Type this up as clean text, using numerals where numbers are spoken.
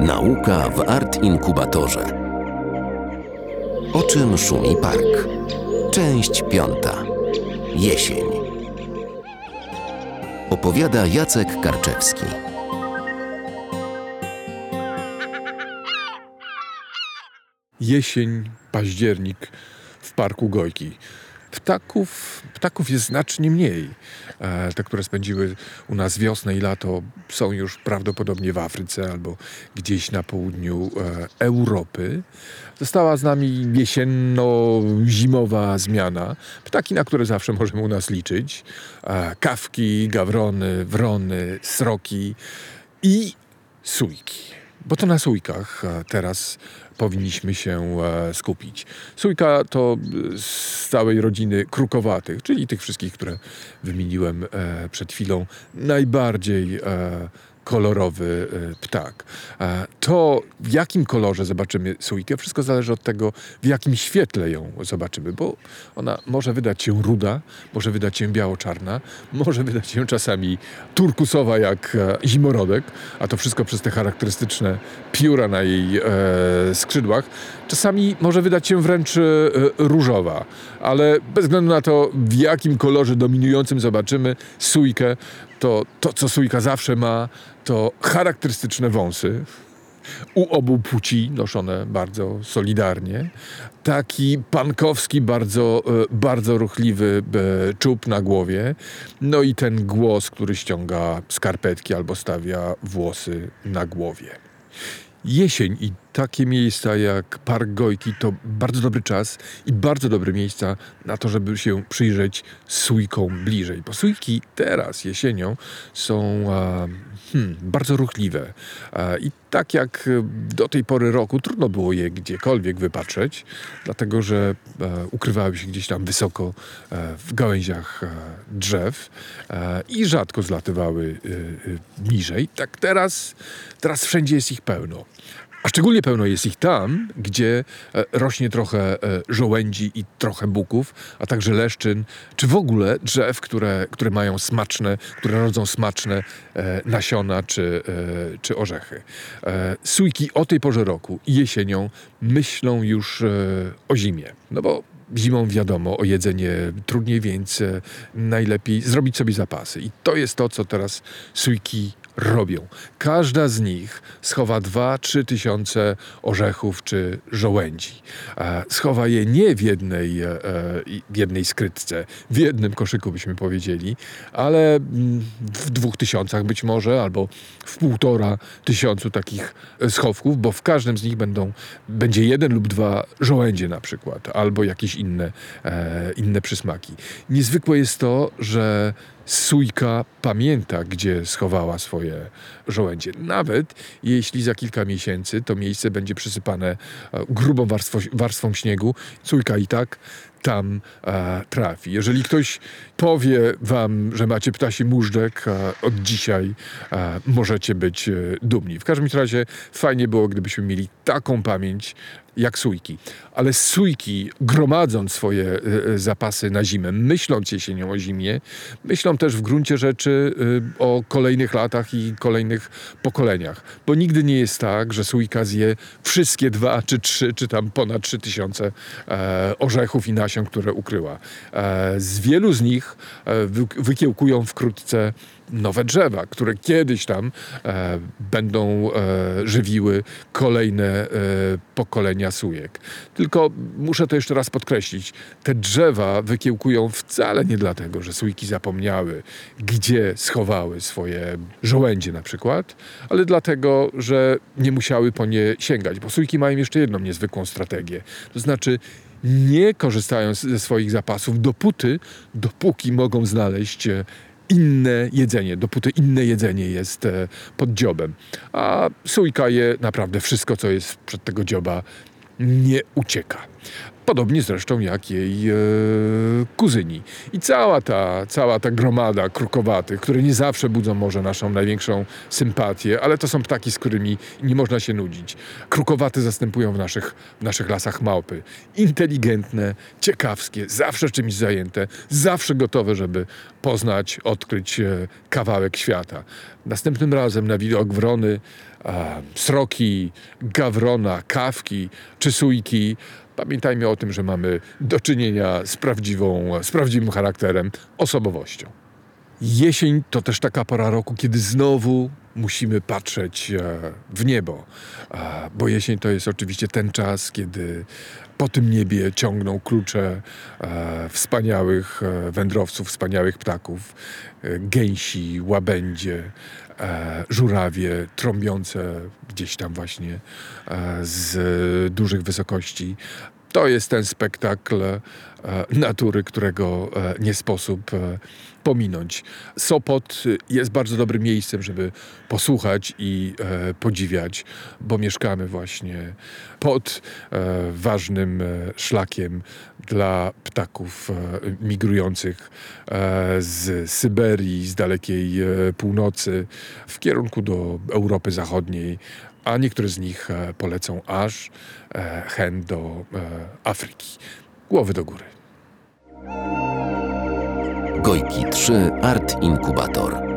Nauka w Art Inkubatorze. O czym szumi park? Część 5. Jesień. Opowiada Jacek Karczewski. Jesień, październik w Parku Gojki. Ptaków jest znacznie mniej. Te, które spędziły u nas wiosnę i lato, są już prawdopodobnie w Afryce albo gdzieś na południu Europy. Została z nami jesienno-zimowa zmiana. Ptaki, na które zawsze możemy u nas liczyć. Kawki, gawrony, wrony, sroki i sójki. Bo to na sójkach teraz powinniśmy się skupić. Sójka to z całej rodziny krukowatych, czyli tych wszystkich, które wymieniłem przed chwilą, najbardziej kolorowy ptak. To w jakim kolorze zobaczymy sójkę, wszystko zależy od tego, w jakim świetle ją zobaczymy, bo ona może wydać się ruda, może wydać się biało-czarna, może wydać się czasami turkusowa jak zimorodek, a to wszystko przez te charakterystyczne pióra na jej skrzydłach. Czasami może wydać się wręcz różowa, ale bez względu na to, w jakim kolorze dominującym zobaczymy sójkę, to, co sójka zawsze ma, to charakterystyczne wąsy, u obu płci noszone bardzo solidarnie, taki pankowski, bardzo ruchliwy czub na głowie, no i ten głos, który ściąga skarpetki albo stawia włosy na głowie. Jesień i takie miejsca jak Park Gojki to bardzo dobry czas i bardzo dobre miejsca na to, żeby się przyjrzeć sójkom bliżej. Bo sójki teraz, jesienią, są bardzo ruchliwe. I tak jak do tej pory roku trudno było je gdziekolwiek wypatrzeć, dlatego że ukrywały się gdzieś tam wysoko w gałęziach drzew i rzadko zlatywały niżej. Tak teraz wszędzie jest ich pełno. A szczególnie pełno jest ich tam, gdzie rośnie trochę żołędzi i trochę buków, a także leszczyn, czy w ogóle drzew, które mają smaczne, które rodzą smaczne nasiona czy orzechy. Sójki o tej porze roku i jesienią myślą już o zimie. No bo zimą wiadomo, o jedzenie trudniej, więc najlepiej zrobić sobie zapasy. I to jest to, co teraz sójki robią. Każda z nich schowa 2-3 tysiące orzechów czy żołędzi. Schowa je nie w jednej skrytce, w jednym koszyku byśmy powiedzieli, ale w 2000 być może, albo w 1500 takich schowków, bo w każdym z nich będzie 1 lub 2 żołędzie na przykład, albo jakieś inne przysmaki. Niezwykłe jest to, że sójka pamięta, gdzie schowała swoje żołędzie. Nawet jeśli za kilka miesięcy to miejsce będzie przysypane grubą warstwą śniegu, sójka i tak tam trafi. Jeżeli ktoś powie wam, że macie ptasi móżdżek, od dzisiaj możecie być dumni. W każdym razie fajnie było, gdybyśmy mieli taką pamięć jak sójki. Ale sójki, gromadząc swoje zapasy na zimę, myśląc jesienią o zimie, myślą też w gruncie rzeczy o kolejnych latach i kolejnych pokoleniach. Bo nigdy nie jest tak, że sójka zje wszystkie 2 czy 3, czy tam ponad 3000 orzechów i nasion, które ukryła. Z wielu z nich wykiełkują wkrótce nowe drzewa, które kiedyś tam będą żywiły kolejne pokolenia sójek. Tylko muszę to jeszcze raz podkreślić. Te drzewa wykiełkują wcale nie dlatego, że sójki zapomniały, gdzie schowały swoje żołędzie na przykład, ale dlatego, że nie musiały po nie sięgać. Bo sójki mają jeszcze jedną niezwykłą strategię. To znaczy nie korzystają ze swoich zapasów dopóki mogą znaleźć inne jedzenie, dopóty inne jedzenie jest pod dziobem. A sójka je naprawdę wszystko, co jest przed tego dzioba, nie ucieka. Podobnie zresztą jak jej kuzyni. I cała ta gromada krukowatych, które nie zawsze budzą może naszą największą sympatię, ale to są ptaki, z którymi nie można się nudzić. Krukowaty zastępują w naszych lasach małpy. Inteligentne, ciekawskie, zawsze czymś zajęte, zawsze gotowe, żeby poznać, odkryć kawałek świata. Następnym razem na widok wrony, sroki, gawrona, kawki czy sójki, pamiętajmy o tym, że mamy do czynienia z prawdziwym charakterem, osobowością. Jesień to też taka pora roku, kiedy znowu musimy patrzeć w niebo, bo jesień to jest oczywiście ten czas, kiedy po tym niebie ciągną klucze wspaniałych wędrowców, wspaniałych ptaków, gęsi, łabędzie, żurawie trąbiące gdzieś tam właśnie z dużych wysokości. To jest ten spektakl natury, którego nie sposób pominąć. Sopot jest bardzo dobrym miejscem, żeby posłuchać i podziwiać, bo mieszkamy właśnie pod ważnym szlakiem dla ptaków migrujących z Syberii, z dalekiej północy w kierunku do Europy Zachodniej, a niektóre z nich polecą aż hen do Afryki. Głowy do góry. Gojki 3 Art Inkubator.